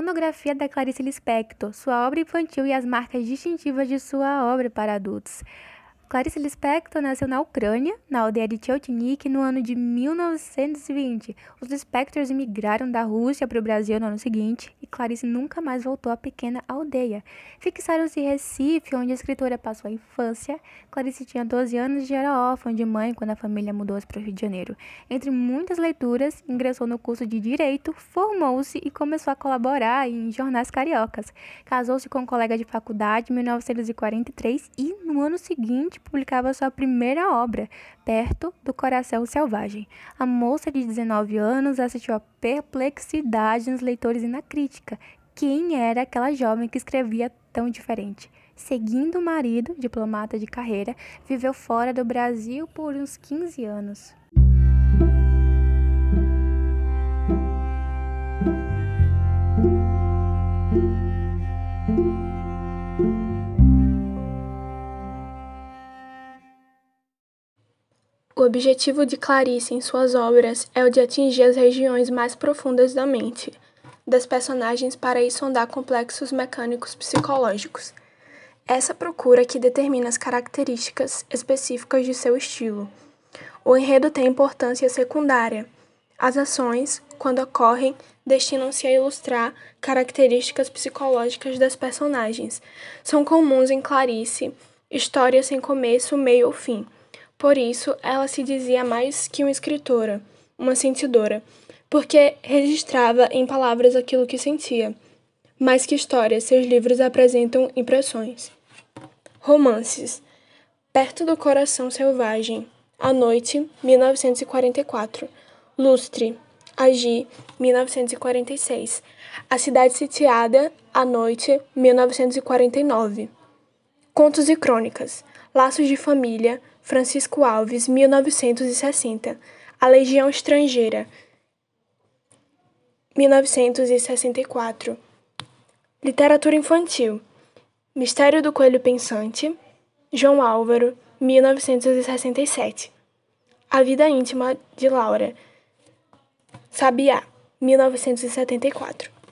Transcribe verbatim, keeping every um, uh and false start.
Monografia da Clarice Lispector, sua obra infantil e as marcas distintivas de sua obra para adultos. Clarice Lispector nasceu na Ucrânia, na aldeia de Cheltnik, no ano de mil novecentos e vinte. Os Lispectors imigraram da Rússia para o Brasil no ano seguinte e Clarice nunca mais voltou à pequena aldeia. Fixaram-se em Recife, onde a escritora passou a infância. Clarice tinha doze anos e era órfã de mãe quando a família mudou-se para o Rio de Janeiro. Entre muitas leituras, ingressou no curso de Direito, formou-se e começou a colaborar em jornais cariocas. Casou-se com um colega de faculdade em mil novecentos e quarenta e três e, no ano seguinte, publicava sua primeira obra, Perto do Coração Selvagem. A moça de dezenove anos assistiu a perplexidade nos leitores e na crítica. Quem era aquela jovem que escrevia tão diferente? Seguindo o marido, diplomata de carreira, viveu fora do Brasil por uns quinze anos. O objetivo de Clarice em suas obras é o de atingir as regiões mais profundas da mente das personagens para aí sondar complexos mecânicos psicológicos. Essa procura que determina as características específicas de seu estilo. O enredo tem importância secundária. As ações, quando ocorrem, destinam-se a ilustrar características psicológicas das personagens. São comuns em Clarice histórias sem começo, meio ou fim. Por isso, ela se dizia mais que uma escritora, uma sentidora, porque registrava em palavras aquilo que sentia. Mais que histórias, seus livros apresentam impressões. Romances. Perto do Coração Selvagem. A Noite, mil novecentos e quarenta e quatro. Lustre. Agi, mil novecentos e quarenta e seis. A Cidade Sitiada. A Noite, mil novecentos e quarenta e nove. Contos e Crônicas. Laços de Família. Francisco Alves, mil novecentos e sessenta. A Legião Estrangeira, mil novecentos e sessenta e quatro. Literatura Infantil. Mistério do Coelho Pensante, João Álvaro, mil novecentos e sessenta e sete. A Vida Íntima de Laura, Sabiá, mil novecentos e setenta e quatro.